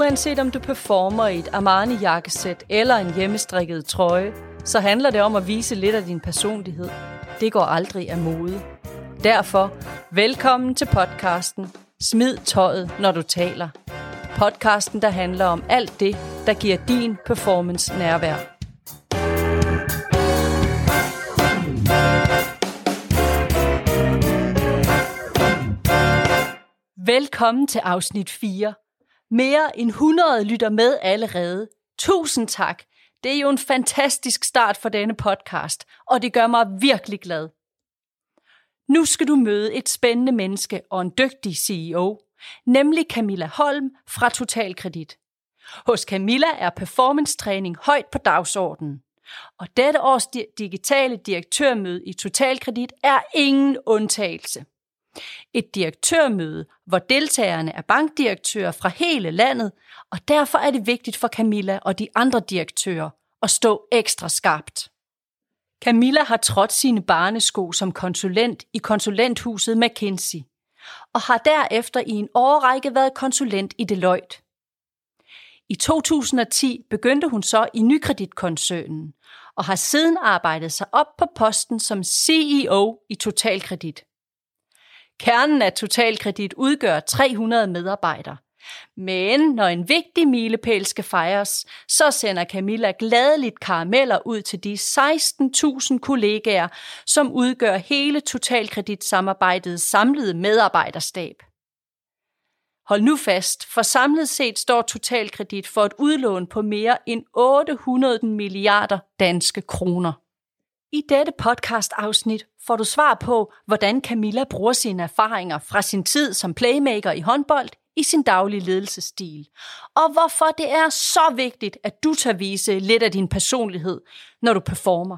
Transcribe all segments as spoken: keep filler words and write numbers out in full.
Uanset om du performer i et Armani-jakkesæt eller en hjemmestrikket trøje, så handler det om at vise lidt af din personlighed. Det går aldrig af mode. Derfor, velkommen til podcasten Smid tøjet, når du taler. Podcasten, der handler om alt det, der giver din performance nærvær. Velkommen til afsnit fire. Mere end hundrede lytter med allerede. Tusind tak. Det er jo en fantastisk start for denne podcast, og det gør mig virkelig glad. Nu skal du møde et spændende menneske og en dygtig C E O, nemlig Camilla Holm fra Totalkredit. Hos Camilla er performance-træning højt på dagsordenen, og dette års digitale direktørmøde i Totalkredit er ingen undtagelse. Et direktørmøde, hvor deltagerne er bankdirektører fra hele landet, og derfor er det vigtigt for Camilla og de andre direktører at stå ekstra skarpt. Camilla har trådt sine barnesko som konsulent i konsulenthuset McKinsey, og har derefter i en årrække været konsulent i Deloitte. I to tusind og ti begyndte hun så i Nykredit-koncernen, og har siden arbejdet sig op på posten som C E O i Totalkredit. Kernen af Totalkredit udgør tre hundrede medarbejdere. Men når en vigtig milepæl skal fejres, så sender Camilla gladeligt karameller ud til de seksten tusind kollegaer, som udgør hele Totalkredit-samarbejdets samlede medarbejderstab. Hold nu fast, for samlet set står Totalkredit for et udlån på mere end otte hundrede milliarder danske kroner. I dette podcast-afsnit får du svar på, hvordan Camilla bruger sine erfaringer fra sin tid som playmaker i håndbold i sin daglige ledelsesstil, og hvorfor det er så vigtigt, at du tager vise lidt af din personlighed, når du performer.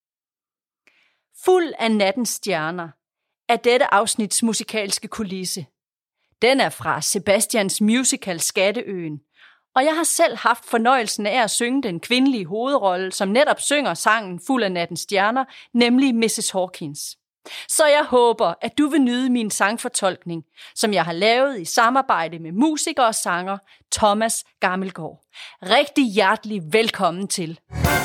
Fuld af nattens stjerner er dette afsnits musikalske kulisse. Den er fra Sebastians musical Skatteøen, og jeg har selv haft fornøjelsen af at synge den kvindelige hovedrolle, som netop synger sangen Fuld af nattens stjerner, nemlig missus Hawkins. Så jeg håber, at du vil nyde min sangfortolkning, som jeg har lavet i samarbejde med musiker og sanger Thomas Gammelgaard. Rigtig hjertelig velkommen til.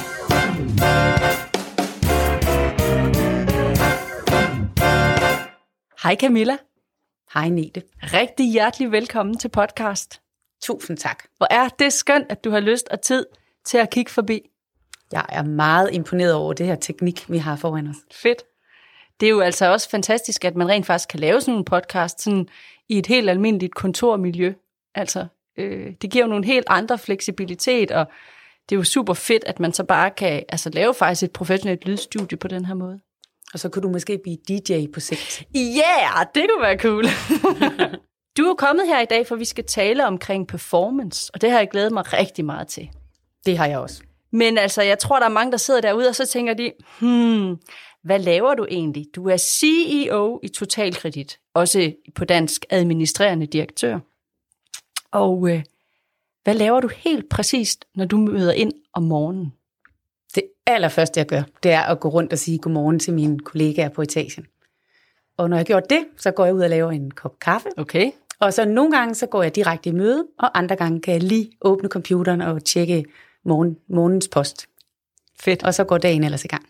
Hej Camilla. Hej Nete. Rigtig hjertelig velkommen til podcast. Tusind tak. Hvor er det skønt, at du har lyst og tid til at kigge forbi. Jeg er meget imponeret over det her teknik, vi har foran os. Fedt. Det er jo altså også fantastisk, at man rent faktisk kan lave sådan en podcast sådan i et helt almindeligt kontormiljø. Altså, øh, det giver jo nogle helt andre fleksibilitet, og det er jo super fedt, at man så bare kan altså, lave faktisk et professionelt lydstudie på den her måde. Og så kunne du måske blive D J på sigt. Ja, yeah, det kunne være cool. Du er kommet her i dag, for vi skal tale omkring performance, og det har jeg glædet mig rigtig meget til. Det har jeg også. Men altså, jeg tror, der er mange, der sidder derude, og så tænker de, hmm, hvad laver du egentlig? Du er C E O i Totalkredit, også på dansk administrerende direktør. Og øh, hvad laver du helt præcist, når du møder ind om morgenen? Det allerførste, jeg gør, det er at gå rundt og sige godmorgen til mine kollegaer på etagen. Og når jeg har gjort det, så går jeg ud og laver en kop kaffe. Okay. Og så nogle gange, så går jeg direkte i møde, og andre gange kan jeg lige åbne computeren og tjekke morgen, morgens post. Fedt. Og så går dagen ellers i gang.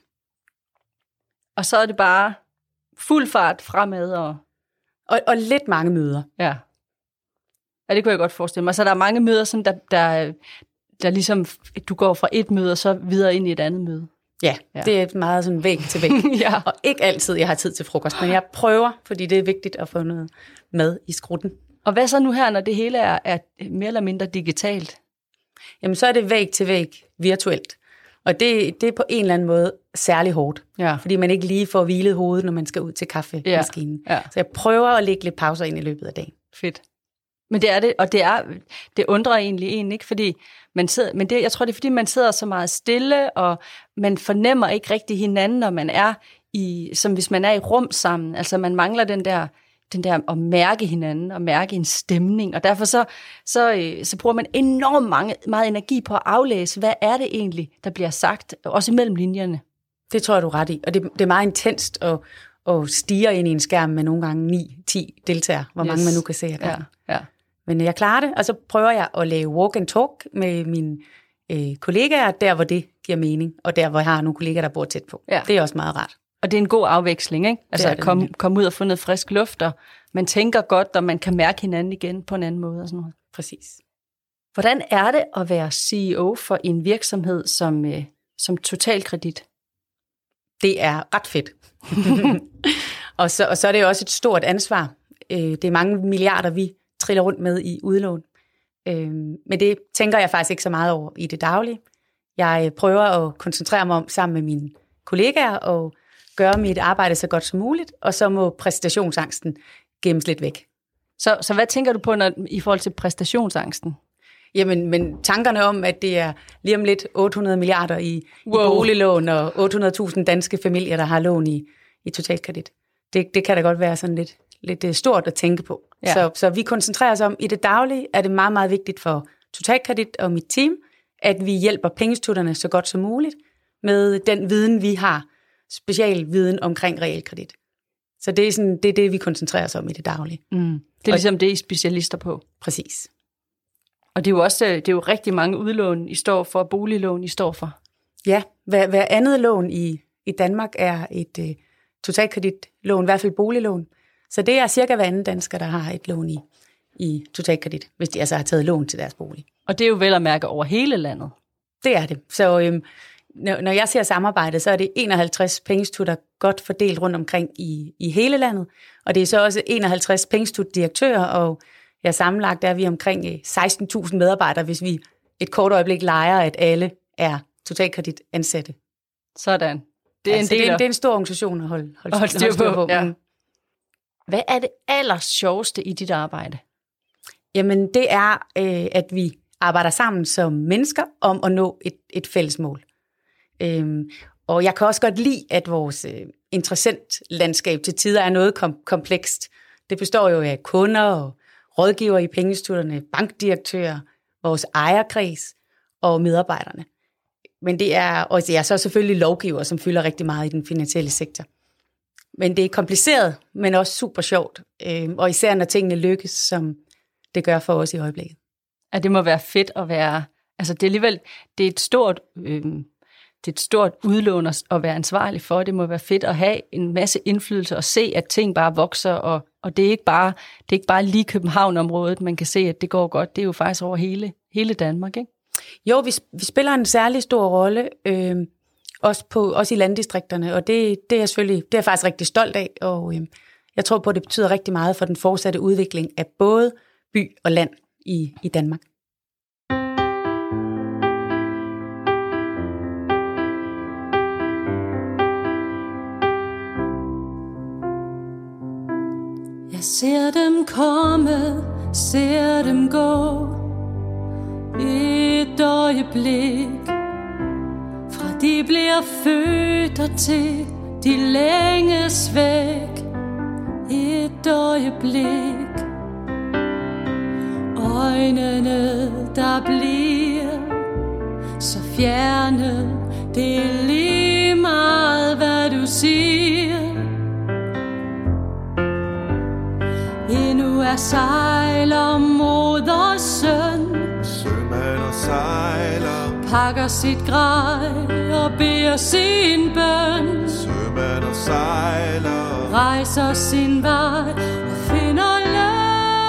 Og så er det bare fuld fart fremad. Og, og, og lidt mange møder. Ja. Ja, det kunne jeg godt forestille mig. Så der er mange møder, sådan, der, der, der ligesom, du går fra et møde og så videre ind i et andet møde. Ja, ja. Det er meget sådan væg til væg. Ja. Og ikke altid, jeg har tid til frokost, men jeg prøver, fordi det er vigtigt at få noget mad i skrutten. Og hvad så nu her, når det hele er, er mere eller mindre digitalt? Jamen, så er det væg til væg virtuelt. Og det, det er på en eller anden måde særlig hårdt, ja. Fordi man ikke lige får hvilet hovedet, når man skal ud til kaffemaskinen. Ja. Ja. Så jeg prøver at lægge lidt pauser ind i løbet af dagen. Fedt. Men det er det, og det er det undrer egentlig en, ikke, fordi man sidder, men det, jeg tror det er fordi man sidder så meget stille, og man fornemmer ikke rigtig hinanden, når man er i, som hvis man er i rum sammen. Altså man mangler den der, den der at mærke hinanden og mærke en stemning, og derfor så så så bruger man enormt mange meget energi på at aflæse, hvad er det egentlig, der bliver sagt, også imellem linjerne. Det tror jeg du er ret i, og det, det er meget intenst at og stiger ind i en skærm med nogle gange ni til ti deltagere, hvor yes. mange man nu kan se. Ja, ja. Men jeg klarer det, og så prøver jeg at lave walk and talk med mine øh, kollegaer, der hvor det giver mening, og der hvor jeg har nogle kollegaer, der bor tæt på. Ja. Det er også meget rart. Og det er en god afveksling, ikke? Altså at komme kom ud og få noget frisk luft, og man tænker godt, og man kan mærke hinanden igen på en anden måde og sådan noget. Præcis. Hvordan er det at være C E O for en virksomhed som, øh, som Totalkredit? Det er ret fedt. og, så, og så er det jo også et stort ansvar. Øh, det er mange milliarder, vi triller rundt med i udlån. Øh, men det tænker jeg faktisk ikke så meget over i det daglige. Jeg prøver at koncentrere mig om sammen med mine kollegaer og gøre mit arbejde så godt som muligt, og så må præstationsangsten gemmes lidt væk. Så, så hvad tænker du på når, i forhold til præstationsangsten? Jamen, men tankerne om, at det er lige om lidt otte hundrede milliarder i, wow. i boliglån, og otte hundrede tusind danske familier, der har lån i, i Totalkredit. Det, det kan da godt være sådan lidt, lidt stort at tænke på. Ja. Så, så vi koncentrerer os om, i det daglige er det meget, meget vigtigt for Totalkredit og mit team, at vi hjælper pengeinstitutterne så godt som muligt med den viden, vi har, special viden omkring realkredit. Så det er, sådan, det er det, vi koncentrerer os om i det daglige. Mm. Det er ligesom det, I specialister på. Præcis. Og det er jo også det er jo rigtig mange udlån, I står for, boliglån, I står for. Ja, hver, hver andet lån i, i Danmark er et uh, totalkreditlån, i hvert fald boliglån. Så det er cirka hver anden dansker, der har et lån i, i totalkredit, hvis de altså har taget lån til deres bolig. Og det er jo vel at mærke over hele landet. Det er det. Så øhm, når, når jeg ser samarbejdet, så er det enoghalvtreds pengeinstitutter godt fordelt rundt omkring i, i hele landet. Og det er så også enoghalvtreds pengeinstitutdirektører, og ja, sammenlagt er vi omkring seksten tusind medarbejdere, hvis vi et kort øjeblik leger, at alle er totalkredit ansatte. Sådan. Det er, altså, en, del det, er, det er en stor organisation at holde, holde, holde styr på. på. Ja. Mm. Hvad er det aller sjoveste i dit arbejde? Jamen, det er, øh, at vi arbejder sammen som mennesker om at nå et, et fælles mål. Øhm, og jeg kan også godt lide, at vores øh, interessentlandskab til tider er noget kom- komplekst. Det består jo af kunder og rådgiver i pengeinstitutterne, bankdirektører, vores ejerkreds og medarbejderne. Men det er, og det er så selvfølgelig lovgiver, som fylder rigtig meget i den finansielle sektor. Men det er kompliceret, men også super sjovt. Og især når tingene lykkes, som det gør for os i øjeblikket. Ja, det må være fedt at være, altså det er alligevel, det er et stort, øh, det er et stort udlån at være ansvarlig for. Det må være fedt at have en masse indflydelse og se, at ting bare vokser, og, og det er ikke bare, det er ikke bare lige København-området, man kan se, at det går godt. Det er jo faktisk over hele, hele Danmark, ikke? Jo, vi, vi spiller en særlig stor rolle, øh, også, på, også i landdistrikterne, og det, det, er selvfølgelig, det er jeg faktisk rigtig stolt af, og øh, jeg tror på, at det betyder rigtig meget for den fortsatte udvikling af både by og land i, i Danmark. Jeg ser dem komme, ser dem gå, et øjeblik, fra de bliver født og til de længes væk. Et øjeblik, øjnene der bliver så fjerne, det er lige meget hvad du siger. Endnu er sejler moders søn, sømand og sejler, pakker sit grej og beder sin bøn. Sømand og sejler, rejser sin vej og finder løn.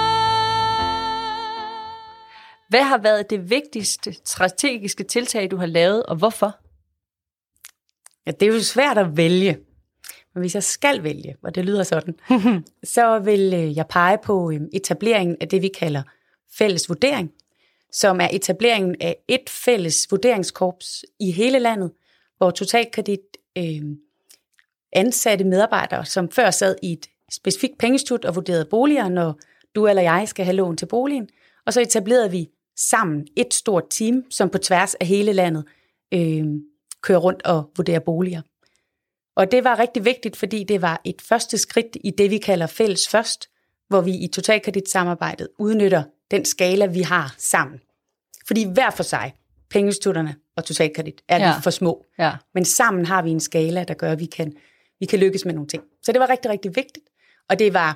Hvad har været det vigtigste strategiske tiltag, du har lavet, og hvorfor? Ja, det er jo svært at vælge. Men hvis jeg skal vælge, og det lyder sådan, så vil jeg pege på etableringen af det, vi kalder fælles vurdering, som er etableringen af et fælles vurderingskorps i hele landet, hvor Totalkredit øh, ansatte medarbejdere, som før sad i et specifikt pengeinstitut og vurderede boliger, når du eller jeg skal have lån til boligen. Og så etablerede vi sammen et stort team, som på tværs af hele landet øh, kører rundt og vurderer boliger. Og det var rigtig vigtigt, fordi det var et første skridt i det, vi kalder fælles først, hvor vi i Totalkredit-samarbejdet udnytter den skala, vi har sammen. Fordi hver for sig, pengeinstitutterne og Totalkredit, er ja. for små. Ja. Men sammen har vi en skala, der gør, at vi kan, vi kan lykkes med nogle ting. Så det var rigtig, rigtig vigtigt. Og det var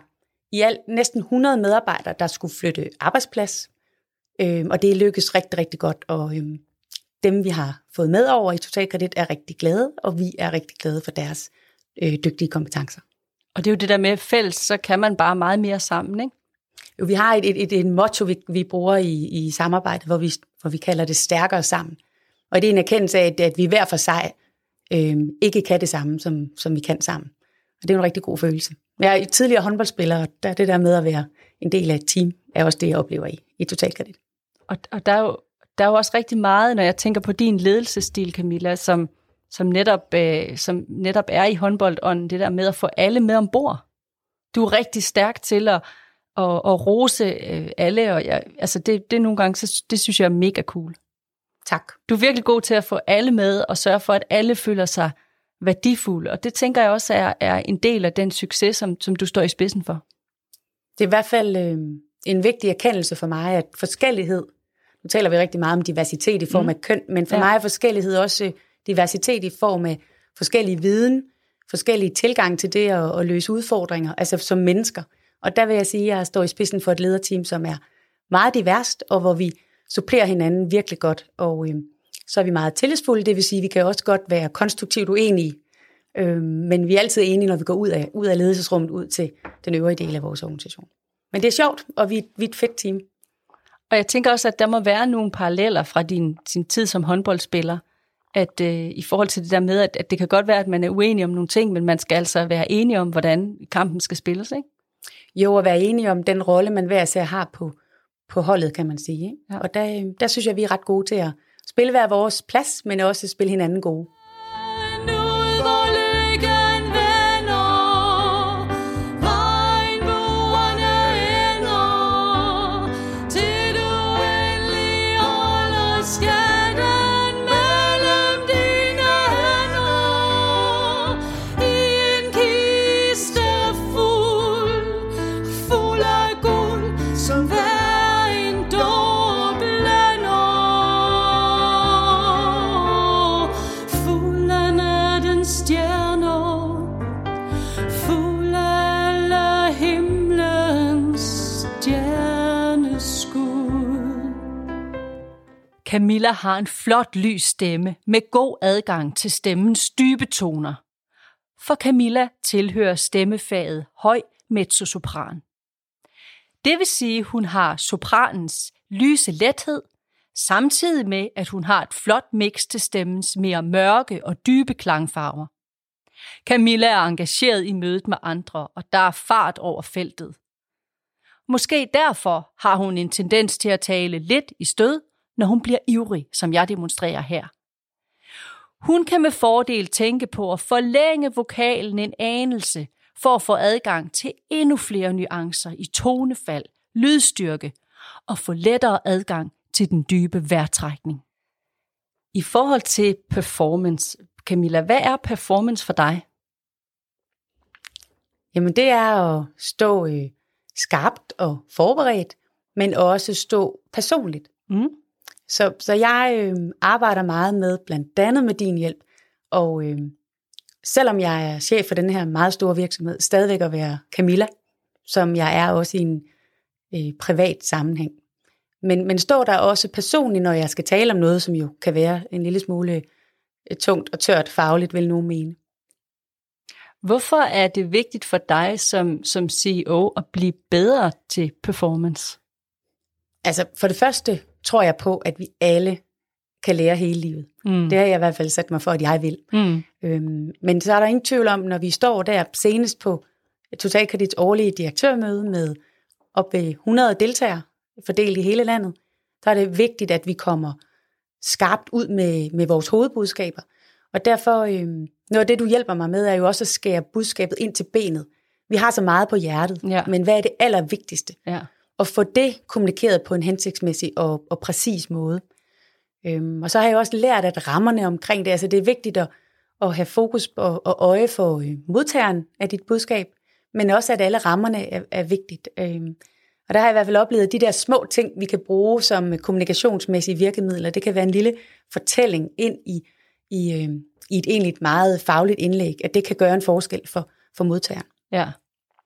i alt næsten hundrede medarbejdere, der skulle flytte arbejdsplads. Øh, og det lykkedes rigtig, rigtig godt. Og øh, dem, vi har fået med over i Totalkredit, er rigtig glade, og vi er rigtig glade for deres øh, dygtige kompetencer. Og det er jo det der med fælles, så kan man bare meget mere sammen, ikke? Jo, vi har et, et, et, et motto, vi, vi bruger i, i samarbejdet, hvor vi, hvor vi kalder det stærkere sammen. Og det er en erkendelse af, at, at vi hver for sig øh, ikke kan det samme, som, som vi kan sammen. Og det er en rigtig god følelse. Jeg er tidligere håndboldspiller, og der, det der med at være en del af et team, er også det, jeg oplever i, i Totalkredit. Og, og der, er jo, der er jo også rigtig meget, når jeg tænker på din ledelsesstil, Camilla, som, som, netop, øh, som netop er i håndboldånden, det der med at få alle med ombord. Du er rigtig stærk til at, at, at rose øh, alle, og jeg, altså det, det nogle gange, så, det synes jeg er mega cool. Tak. Du er virkelig god til at få alle med, og sørge for, at alle føler sig værdifulde, og det tænker jeg også er, er en del af den succes, som, som du står i spidsen for. Det er i hvert fald øh, en vigtig erkendelse for mig, at forskellighed, nu taler vi rigtig meget om diversitet i form af køn, men for ja. mig er forskellighed også diversitet i form af forskellige viden, forskellige tilgang til det at, at løse udfordringer, altså som mennesker. Og der vil jeg sige, at jeg står i spidsen for et lederteam, som er meget diverst, og hvor vi supplerer hinanden virkelig godt, og øh, så er vi meget tillidsfulde, det vil sige, at vi kan også godt være konstruktivt uenige, øh, men vi er altid enige, når vi går ud af, ud af ledelsesrummet, ud til den øvrige del af vores organisation. Men det er sjovt, og vi, vi er et fedt team. Og jeg tænker også, at der må være nogle paralleller fra din, din tid som håndboldspiller, at øh, i forhold til det der med, at, at det kan godt være, at man er uenig om nogle ting, men man skal altså være enig om, hvordan kampen skal spilles, ikke? Jo, at være enige om den rolle, man hver især har på, på holdet, kan man sige. Ikke? Ja. Og der, der synes jeg, vi er ret gode til at spille hver vores plads, men også spille hinanden gode. Camilla har en flot lys stemme med god adgang til stemmens dybe toner. For Camilla tilhører stemmefaget høj mezzosopran. Det vil sige, at hun har sopranens lyse lethed, samtidig med, at hun har et flot mix til stemmens mere mørke og dybe klangfarver. Camilla er engageret i mødet med andre, og der er fart over feltet. Måske derfor har hun en tendens til at tale lidt i stød, når hun bliver ivrig, som jeg demonstrerer her. Hun kan med fordel tænke på at forlænge vokalen en anelse, for at få adgang til endnu flere nuancer i tonefald, lydstyrke og få lettere adgang til den dybe vejrtrækning. I forhold til performance, Camilla, hvad er performance for dig? Jamen det er at stå øh, skarpt og forberedt, men også stå personligt. Mm. Så, så jeg øh, arbejder meget med, blandt andet med din hjælp, og øh, selvom jeg er chef for den her meget store virksomhed, stadigvæk at være Camilla, som jeg er også i en øh, privat sammenhæng. Men, men står der også personligt, når jeg skal tale om noget, som jo kan være en lille smule øh, tungt og tørt fagligt, vil nogen mene. Hvorfor er det vigtigt for dig som, som C E O at blive bedre til performance? Altså for det første tror jeg på, at vi alle kan lære hele livet. Mm. Det har jeg i hvert fald sat mig for, at jeg vil. Mm. Øhm, men så er der ingen tvivl om, når vi står der senest på Totalkredits årlige direktørmøde med op ved hundrede deltagere fordelt i hele landet, så er det vigtigt, at vi kommer skarpt ud med, med vores hovedbudskaber. Og derfor, øhm, noget af det, du hjælper mig med, er jo også at skære budskabet ind til benet. Vi har så meget på hjertet, ja. Men hvad er det allervigtigste? Ja. Og få det kommunikeret på en hensigtsmæssig og, og præcis måde. Øhm, og så har jeg også lært, at rammerne omkring det, altså det er vigtigt at, at have fokus på og øje for øh, modtageren af dit budskab, men også at alle rammerne er, er vigtigt. Øhm, og der har jeg i hvert fald oplevet, at de der små ting, vi kan bruge som kommunikationsmæssige virkemidler, det kan være en lille fortælling ind i, i, øh, i et egentlig meget fagligt indlæg, at det kan gøre en forskel for, for modtageren. Ja.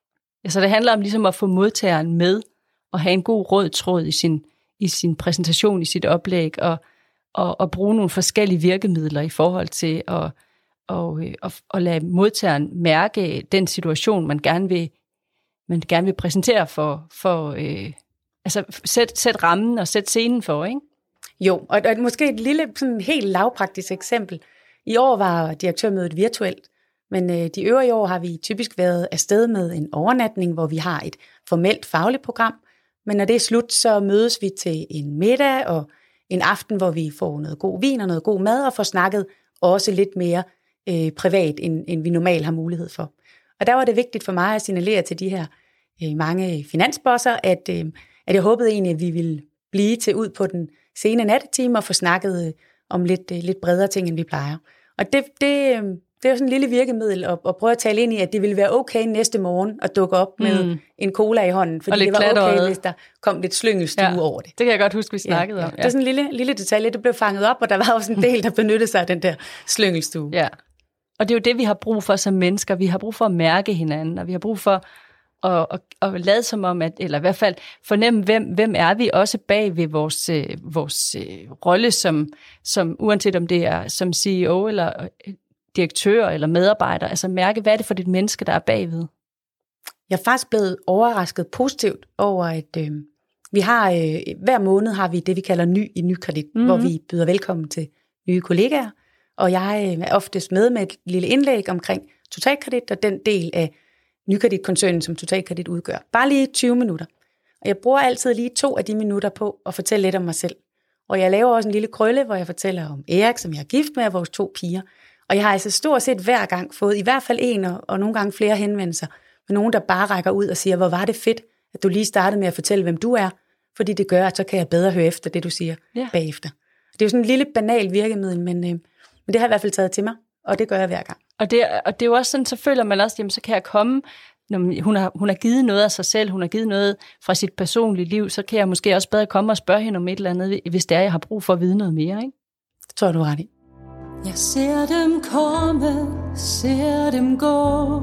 Altså det handler om ligesom at få modtageren med, og have en god rød tråd i sin, i sin præsentation, i sit oplæg, og, og, og bruge nogle forskellige virkemidler i forhold til at, og, og, og lade modtageren mærke den situation, man gerne vil, man gerne vil præsentere for, for øh, altså sæt, sæt rammen og sæt scenen for, ikke? Jo, og, og måske et lille, sådan helt lavpraktisk eksempel. I år var direktørmødet virtuelt, men øh, de øvrige år har vi typisk været afsted med en overnatning, hvor vi har et formelt fagligt program. Men når det er slut, så mødes vi til en middag og en aften, hvor vi får noget god vin og noget god mad, og får snakket også lidt mere øh, privat, end, end vi normalt har mulighed for. Og der var det vigtigt for mig at signalere til de her øh, mange finansbosser, at, øh, at jeg håbede egentlig, at vi ville blive til ud på den sene nattetime og få snakket øh, om lidt, øh, lidt bredere ting, end vi plejer. Og det, det, øh, det er jo sådan en lille virkemiddel at, at prøve at tale ind i, at det ville være okay næste morgen at dukke op med mm. en cola i hånden, fordi det var okay, øjet. Hvis der kom lidt slyngelstue ja, over det. Det kan jeg godt huske, vi snakkede ja, ja. om. Ja. Det er sådan en lille, lille detalje, det blev fanget op, og der var også en del, der benyttede sig af den der slyngelstue. Ja, og det er jo det, vi har brug for som mennesker. Vi har brug for at mærke hinanden, og vi har brug for at, at, at lade som om, at, eller i hvert fald fornemme, hvem, hvem er vi også bag ved vores, øh, vores øh, rolle, som, som uanset om det er som C E O eller direktør eller medarbejder, altså mærke, hvad er det for et menneske, der er bagved? Jeg er faktisk blevet overrasket positivt over, at øh, vi har, øh, hver måned har vi det, vi kalder ny i Nykredit, mm-hmm. hvor vi byder velkommen til nye kollegaer, og jeg øh, er oftest med med et lille indlæg omkring Totalkredit og den del af Nykredit-koncernen, som Totalkredit udgør. Bare lige tyve minutter. Og jeg bruger altid lige to af de minutter på at fortælle lidt om mig selv. Og jeg laver også en lille krølle, hvor jeg fortæller om Erik, som jeg er gift med, og vores to piger. Og jeg har altså stort set hver gang fået i hvert fald en, og, og nogle gange flere henvendelser, med nogen, der bare rækker ud og siger, hvor var det fedt, at du lige startede med at fortælle, hvem du er, fordi det gør, at så kan jeg bedre høre efter det, du siger ja. bagefter. Det er jo sådan en lille banal virkemiddel, men, øh, men det har jeg i hvert fald taget til mig, og det gør jeg hver gang. Og det, og det er jo også sådan, så føler man også, jamen så kan jeg komme, når hun har, hun har givet noget af sig selv, hun har givet noget fra sit personlige liv, så kan jeg måske også bedre komme og spørge hende om et eller andet, hvis det er, jeg har brug for at vide noget mere, ikke? Det tror jeg, du er ret i. Jeg ser dem komme, ser dem gå,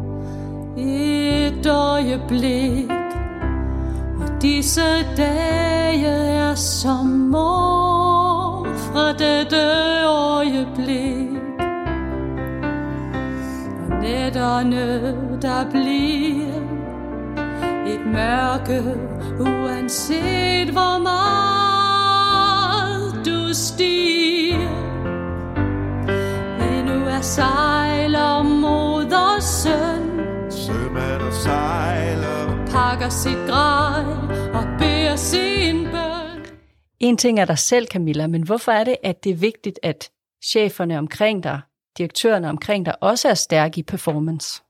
et øjeblik, og disse dage er som år fra dette øjeblik. Og nætterne, der bliver et mørke, uanset hvor meget du stiger. Sejler modersøn, sømand og sejler, pakker sit grej og beder sin bøn. En ting er dig selv, Camilla, men hvorfor er det, at det er vigtigt, at cheferne omkring dig, direktørerne omkring dig, også er stærke i performance?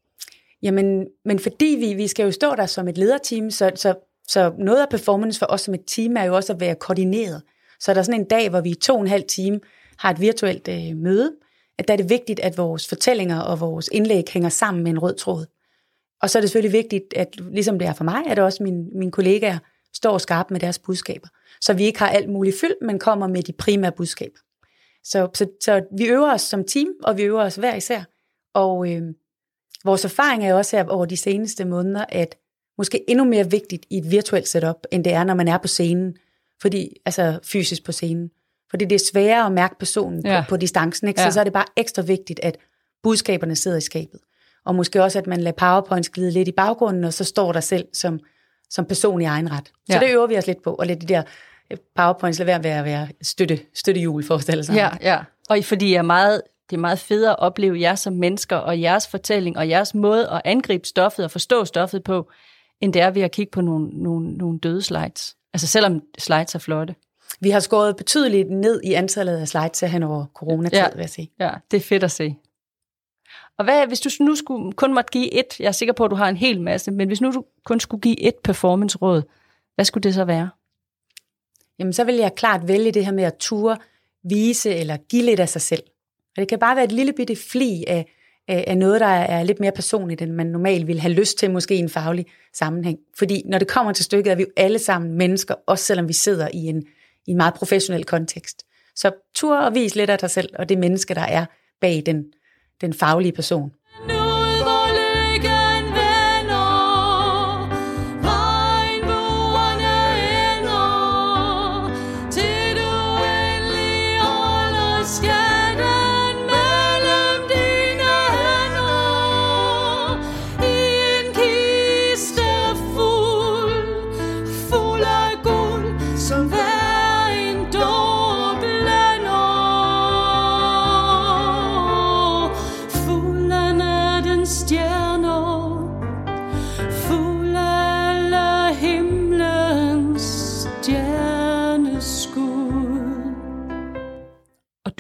Jamen, men fordi vi, vi skal jo stå der som et lederteam, så, så, så noget af performance for os som et team er jo også at være koordineret. Så er der sådan en dag, hvor vi i to og en halv time har et virtuelt øh, møde, at der er det vigtigt, at vores fortællinger og vores indlæg hænger sammen med en rød tråd. Og så er det selvfølgelig vigtigt, at ligesom det er for mig, at også mine, mine kollegaer står skarpt med deres budskaber. Så vi ikke har alt muligt fyldt, men kommer med de primære budskaber. Så, så, så vi øver os som team, og vi øver os hver især. Og øh, vores erfaring er jo også her over de seneste måneder, at måske endnu mere vigtigt i et virtuelt setup, end det er, når man er på scenen. Fordi, altså fysisk på scenen. Fordi det er sværere at mærke personen ja. på, på distancen, ikke? Så, ja. så er det bare ekstra vigtigt, at budskaberne sidder i skabet. Og måske også, at man lader PowerPoints glide lidt i baggrunden, og så står der selv som, som person i egen ret. Så ja. det øver vi os lidt på, og lidt de der PowerPoints lader være at være støtte, støttehjul forestillelser. Ja, ja. Og fordi jeg er meget, det er meget federe at opleve jer som mennesker, og jeres fortælling, og jeres måde at angribe stoffet og forstå stoffet på, end det er ved at kigge på nogle, nogle, nogle døde slides. Altså selvom slides er flotte. Vi har skåret betydeligt ned i antallet af slides hen over coronatid, ja, vil jeg sige. Ja, det er fedt at se. Og hvad, hvis du nu skulle, kun måtte give et, jeg er sikker på, at du har en hel masse, men hvis nu du kun skulle give et performance-råd, hvad skulle det så være? Jamen, så vil jeg klart vælge det her med at ture, vise eller give lidt af sig selv. Og det kan bare være et lille bitte fli af, af, af noget, der er lidt mere personligt, end man normalt ville have lyst til, måske i en faglig sammenhæng. Fordi når det kommer til stykket, er vi jo alle sammen mennesker, også selvom vi sidder i en i en meget professionel kontekst. Så tur og vis lidt af dig selv, og det menneske, der er bag den, den faglige person. Nu hvor lykken vender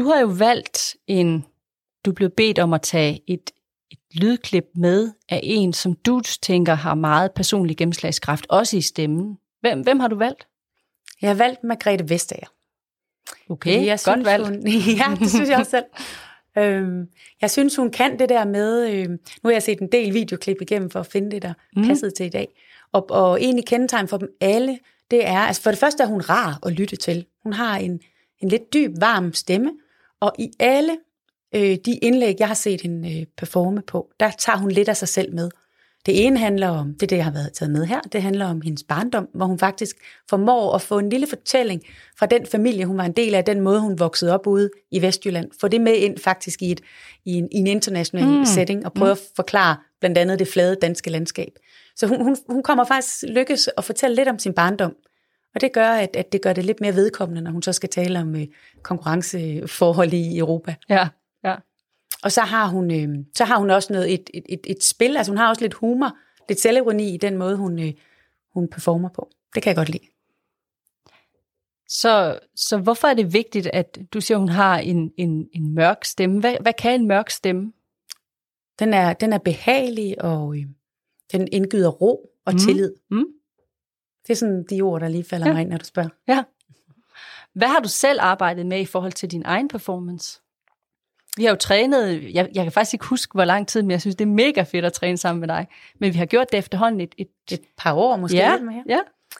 Du har jo valgt en, du blev bedt om at tage et, et lydklip med af en, som du tænker har meget personlig gennemslagskraft, også i stemmen. Hvem, hvem har du valgt? Jeg har valgt Margrethe Vestager. Okay, jeg godt valgt. Hun, ja, det synes jeg også selv. øhm, jeg synes, hun kan det der med, øh, nu har jeg set en del videoklip igennem for at finde det, der mm. passede til i dag. Og, og egentlig kendetegn for dem alle, det er, altså for det første er hun rar at lytte til. Hun har en, en lidt dyb, varm stemme, og i alle øh, de indlæg, jeg har set hende øh, performe på, der tager hun lidt af sig selv med. Det ene handler om, det er det, jeg har været taget med her, det handler om hendes barndom, hvor hun faktisk formår at få en lille fortælling fra den familie, hun var en del af, den måde, hun voksede op ude i Vestjylland. Få det med ind faktisk i, et, i, en, i en international mm. setting, og prøve mm. at forklare blandt andet det flade danske landskab. Så hun, hun, hun kommer faktisk lykkes at fortælle lidt om sin barndom, og det gør, at, at det gør det lidt mere vedkommende, når hun så skal tale om øh, konkurrenceforhold i Europa. Ja, ja. Og så har hun, øh, så har hun også noget, et, et, et, et spil, altså hun har også lidt humor, lidt selvironi i den måde, hun, øh, hun performer på. Det kan jeg godt lide. Så, så hvorfor er det vigtigt, at du siger, hun har en, en, en mørk stemme? Hvad, hvad kan en mørk stemme? Den er, den er behagelig, og øh, den indgyder ro og tillid. Mm. Mm. Det er sådan de ord, der lige falder ja. mig ind, når du spørger. Ja. Hvad har du selv arbejdet med i forhold til din egen performance? Vi har jo trænet, jeg, jeg kan faktisk ikke huske, hvor lang tid, men jeg synes, det er mega fedt at træne sammen med dig. Men vi har gjort det efterhånden et... Et, et par år måske. Ja, lidt mere. ja.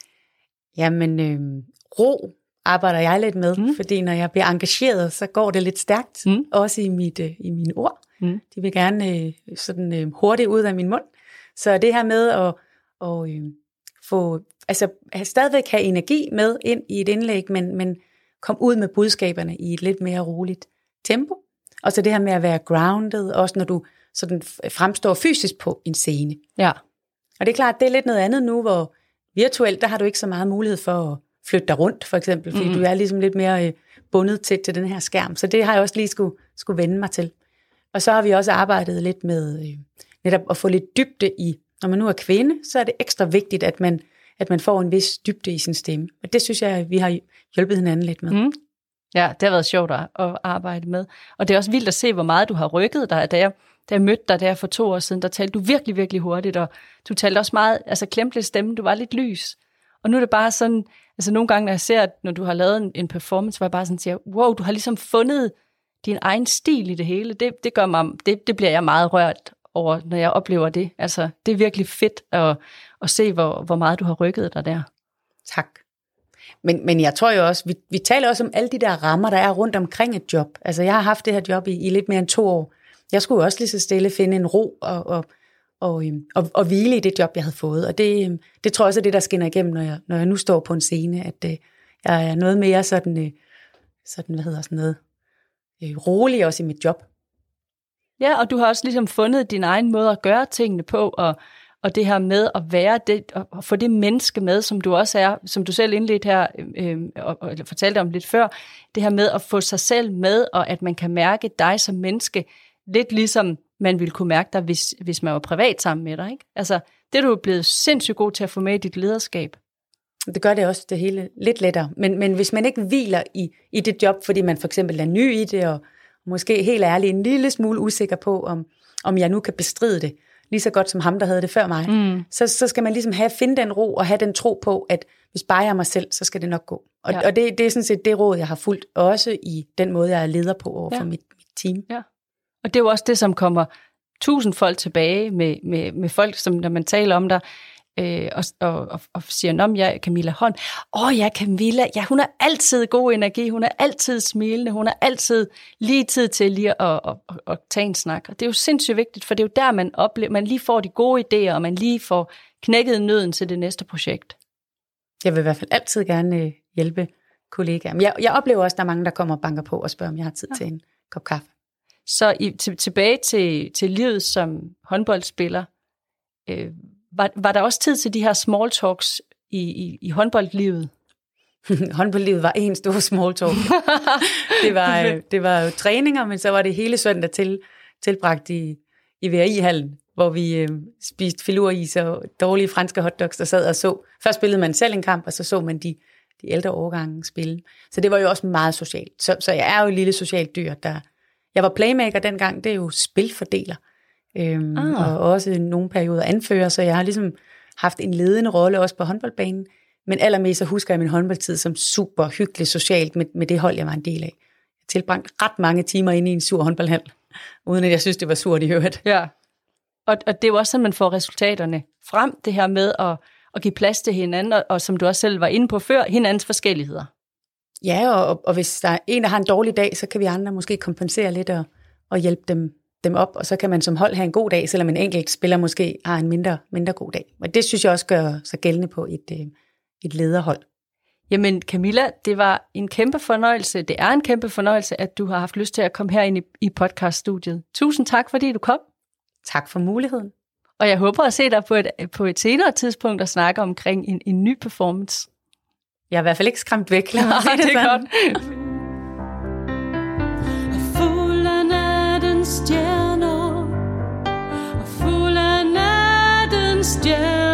Jamen, øh, ro arbejder jeg lidt med, mm. fordi når jeg bliver engageret, så går det lidt stærkt, mm. også i, mit, øh, i mine ord. Mm. De vil gerne øh, sådan øh, hurtigt ud af min mund. Så det her med at og, øh, få, altså stadigvæk have energi med ind i et indlæg, men, men komme ud med budskaberne i et lidt mere roligt tempo. Og så det her med at være grounded, også når du sådan fremstår fysisk på en scene. Ja. Og det er klart, det er lidt noget andet nu, hvor virtuelt, der har du ikke så meget mulighed for at flytte dig rundt, for eksempel, fordi mm. du er ligesom lidt mere øh, bundet til, til den her skærm. Så det har jeg også lige skulle, skulle vende mig til. Og så har vi også arbejdet lidt med øh, netop at få lidt dybde i, når man nu er kvinde, så er det ekstra vigtigt, at man, at man får en vis dybde i sin stemme. Og det synes jeg, vi har hjulpet hinanden lidt med. Mm. Ja, det har været sjovt at arbejde med. Og det er også vildt at se, hvor meget du har rykket dig. Da jeg, da jeg mødte dig der for to år siden, der talte du virkelig, virkelig hurtigt, og du talte også meget, altså klemte lidt stemme, du var lidt lys. Og nu er det bare sådan, altså nogle gange, når jeg ser, når du har lavet en, en performance, hvor jeg bare sådan siger, wow, du har ligesom fundet din egen stil i det hele. Det, det gør mig, det, det bliver jeg meget rørt over, når jeg oplever det. Altså, det er virkelig fedt at, at se, hvor, hvor meget du har rykket dig der. Tak. Men, men jeg tror jo også, vi, vi taler også om alle de der rammer, der er rundt omkring et job. Altså jeg har haft det her job i, i lidt mere end to år. Jeg skulle jo også lige så stille finde en ro og, og, og, og, og hvile i det job, jeg havde fået. Og det, det tror jeg også er det, der skinner igennem, når jeg, når jeg nu står på en scene, at uh, jeg er noget mere sådan, uh, sådan hvad hedder sådan noget, uh, rolig også i mit job. Ja, og du har også ligesom fundet din egen måde at gøre tingene på, og Og det her med at være det, og få det menneske med, som du også er, som du selv indledte her, øh, og, og fortalte om lidt før, det her med at få sig selv med, og at man kan mærke dig som menneske, lidt ligesom man ville kunne mærke dig, hvis, hvis man var privat sammen med dig, ikke? Altså, det er du blevet sindssygt god til at få med i dit lederskab. Det gør det også det hele lidt lettere, men, men hvis man ikke hviler i, i det job, fordi man for eksempel er ny i det, og måske helt ærligt en lille smule usikker på, om, om jeg nu kan bestride det, lige så godt som ham, der havde det før mig, mm. så, så skal man ligesom have, finde den ro og have den tro på, at hvis bare jeg er mig selv, så skal det nok gå. Og, ja. og det, det er sådan set det råd, jeg har fulgt, også i den måde, jeg er leder på over for ja. mit, mit team. Ja. Og det er jo også det, som kommer tusind folk tilbage med, med, med folk, som når man taler om dig, øh, og, og, og, og siger, nå, jeg er Camilla Holm. Åh ja, Camilla, ja, hun har altid god energi, hun er altid smilende, hun har altid lige tid til lige at, at, at, at tage en snak. Og det er jo sindssygt vigtigt, for det er jo der, man oplever, man lige får de gode idéer, og man lige får knækket nøden til det næste projekt. Jeg vil i hvert fald altid gerne hjælpe kollegaer. Men jeg, jeg oplever også, at der er mange, der kommer og banker på og spørger, om jeg har tid ja. til en kop kaffe. Så i, til, tilbage til, til livet som håndboldspiller, øh, var, var der også tid til de her small talks i, i, i håndboldlivet? Håndboldlivet var en stor small talk. det, var, det var jo træninger, men så var det hele søndag til, tilbragt i, i V R I-hallen, hvor vi øh, spiste filuris og dårlige franske hotdogs, og sad og så. Først spillede man selv en kamp, og så så man de, de ældre årgange spille. Så det var jo også meget socialt. Så, så jeg er jo et lille socialt dyr, der... Jeg var playmaker dengang, det er jo spilfordeler. Øhm, ah. Og også i nogle perioder anfører, så jeg har ligesom haft en ledende rolle også på håndboldbanen. Men allermest så husker jeg min håndboldtid som super hyggeligt socialt med, med det hold, jeg var en del af. Jeg tilbragte ret mange timer inde i en sur håndboldhal, uden at jeg synes, det var surt i øvrigt. Ja, og, og det er jo også sådan, man får resultaterne frem, det her med at, at give plads til hinanden, og, og som du også selv var inde på før, hinandens forskelligheder. Ja, og, og hvis der er en, der har en dårlig dag, så kan vi andre måske kompensere lidt og, og hjælpe dem, dem op, og så kan man som hold have en god dag, selvom en enkelt spiller måske har en mindre, mindre god dag. Og det synes jeg også gør sig gældende på et, et lederhold. Jamen Camilla, det var en kæmpe fornøjelse, det er en kæmpe fornøjelse, at du har haft lyst til at komme her ind i, i podcaststudiet. Tusind tak, fordi du kom. Tak for muligheden. Og jeg håber at se dig på et, på et senere tidspunkt og snakke omkring en, en ny performance. Jeg er i hvert fald ikke skræmt væk. Nej, det, det er godt. Fuld af nattens stjerner, fuld af nattens stjerner.